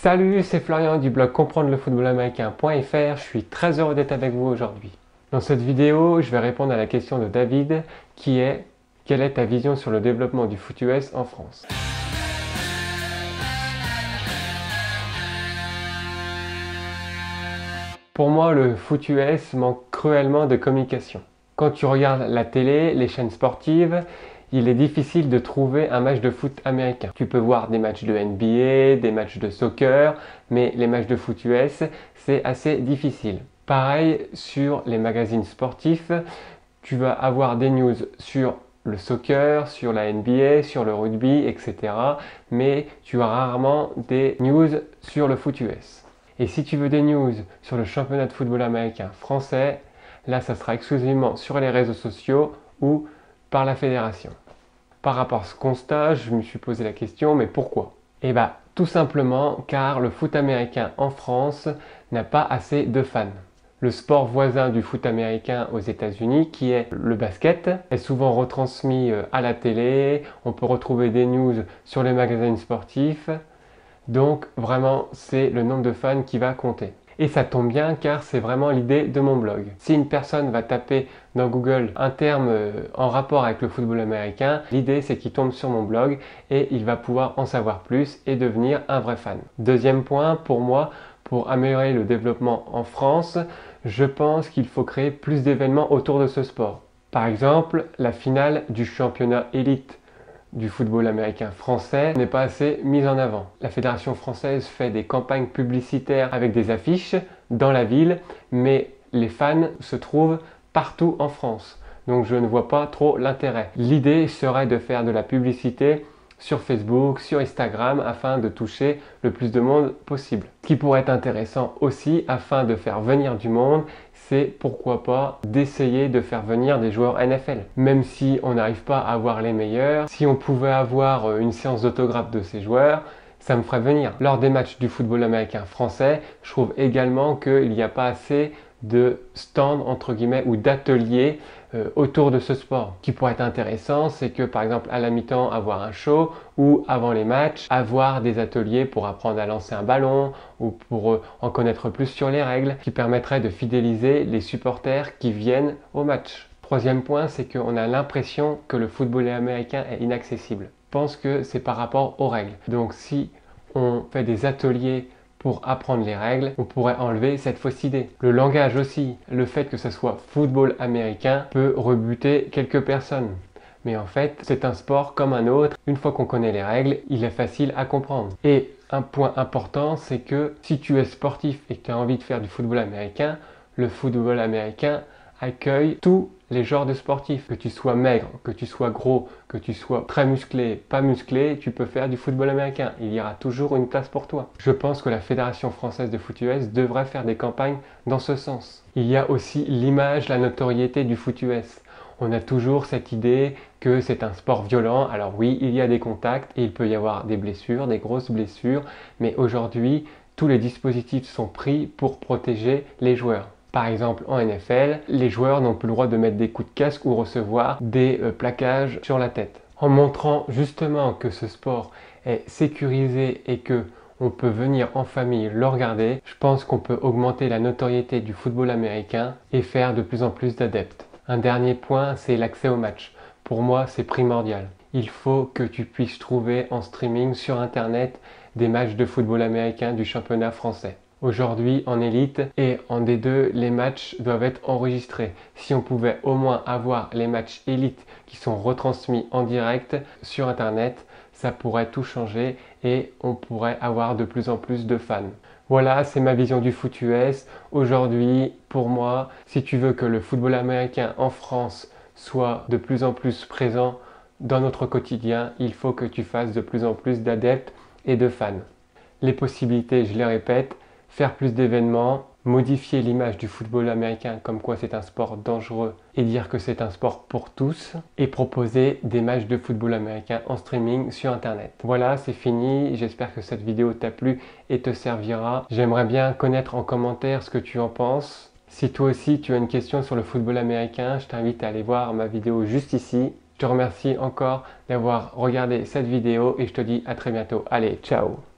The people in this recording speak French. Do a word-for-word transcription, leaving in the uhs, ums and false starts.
Salut, c'est Florian du blog comprendre le football américain point F R. Je suis très heureux d'être avec vous aujourd'hui. Dans cette vidéo, je vais répondre à la question de David qui est: quelle est ta vision sur le développement du foot U S en France? Pour moi, le foot U S manque cruellement de communication. Quand tu regardes la télé, les chaînes sportives, il est difficile de trouver un match de foot américain. Tu peux voir des matchs de N B A, des matchs de soccer, mais les matchs de foot U S, c'est assez difficile. Pareil sur les magazines sportifs, tu vas avoir des news sur le soccer, sur la N B A, sur le rugby, et cetera. Mais tu as rarement des news sur le foot U S. Et si tu veux des news sur le championnat de football américain français, là, ça sera exclusivement sur les réseaux sociaux ou par la fédération. Par rapport à ce constat, je me suis posé la question, mais pourquoi? Eh bien, tout simplement car le foot américain en France n'a pas assez de fans. Le sport voisin du foot américain aux États-Unis, qui est le basket, est souvent retransmis à la télé. On peut retrouver des news sur les magazines sportifs. Donc vraiment, c'est le nombre de fans qui va compter. Et ça tombe bien car c'est vraiment l'idée de mon blog. Si une personne va taper dans Google un terme en rapport avec le football américain, l'idée c'est qu'il tombe sur mon blog et il va pouvoir en savoir plus et devenir un vrai fan. Deuxième point, pour moi, pour améliorer le développement en France, je pense qu'il faut créer plus d'événements autour de ce sport. Par exemple, la finale du championnat élite du football américain français n'est pas assez mise en avant. La fédération française fait des campagnes publicitaires avec des affiches dans la ville, mais les fans se trouvent partout en France. Donc je ne vois pas trop l'intérêt. L'idée serait de faire de la publicité sur Facebook, sur Instagram, afin de toucher le plus de monde possible. Ce qui pourrait être intéressant aussi, afin de faire venir du monde, c'est pourquoi pas d'essayer de faire venir des joueurs N F L. Même si on n'arrive pas à avoir les meilleurs, si on pouvait avoir une séance d'autographe de ces joueurs, ça me ferait venir. Lors des matchs du football américain français, je trouve également qu'il n'y a pas assez de stands entre guillemets ou d'ateliers euh, autour de ce sport. Ce qui pourrait être intéressant, c'est que par exemple à la mi-temps avoir un show ou avant les matchs avoir des ateliers pour apprendre à lancer un ballon ou pour euh, en connaître plus sur les règles, qui permettrait de fidéliser les supporters qui viennent au match. Troisième point, c'est qu'on a l'impression que le football américain est inaccessible. Je pense que c'est par rapport aux règles. Donc si on fait des ateliers pour apprendre les règles, on pourrait enlever cette fausse idée. Le langage aussi, le fait que ce soit football américain peut rebuter quelques personnes. Mais en fait, c'est un sport comme un autre. Une fois qu'on connaît les règles, il est facile à comprendre. Et un point important, c'est que si tu es sportif et que tu as envie de faire du football américain, le football américain accueille tous les genres de sportifs. Que tu sois maigre, que tu sois gros, que tu sois très musclé, pas musclé, tu peux faire du football américain. Il y aura toujours une place pour toi. Je pense que la Fédération française de foot U S devrait faire des campagnes dans ce sens. Il y a aussi l'image, la notoriété du foot U S. On a toujours cette idée que c'est un sport violent. Alors oui, il y a des contacts et il peut y avoir des blessures, des grosses blessures. Mais aujourd'hui, tous les dispositifs sont pris pour protéger les joueurs. Par exemple, en N F L, les joueurs n'ont plus le droit de mettre des coups de casque ou recevoir des euh, plaquages sur la tête. En montrant justement que ce sport est sécurisé et que on peut venir en famille le regarder, je pense qu'on peut augmenter la notoriété du football américain et faire de plus en plus d'adeptes. Un dernier point, c'est l'accès au match. Pour moi, c'est primordial. Il faut que tu puisses trouver en streaming sur Internet des matchs de football américain du championnat français. Aujourd'hui, en élite et en D deux, les matchs doivent être enregistrés. Si on pouvait au moins avoir les matchs élite qui sont retransmis en direct sur Internet, ça pourrait tout changer et on pourrait avoir de plus en plus de fans. Voilà, c'est ma vision du foot U S. Aujourd'hui, pour moi, si tu veux que le football américain en France soit de plus en plus présent dans notre quotidien, il faut que tu fasses de plus en plus d'adeptes et de fans. Les possibilités, je les répète: faire plus d'événements, modifier l'image du football américain comme quoi c'est un sport dangereux et dire que c'est un sport pour tous, et proposer des matchs de football américain en streaming sur Internet. Voilà, c'est fini. J'espère que cette vidéo t'a plu et te servira. J'aimerais bien connaître en commentaire ce que tu en penses. Si toi aussi tu as une question sur le football américain, je t'invite à aller voir ma vidéo juste ici. Je te remercie encore d'avoir regardé cette vidéo et je te dis à très bientôt. Allez, ciao!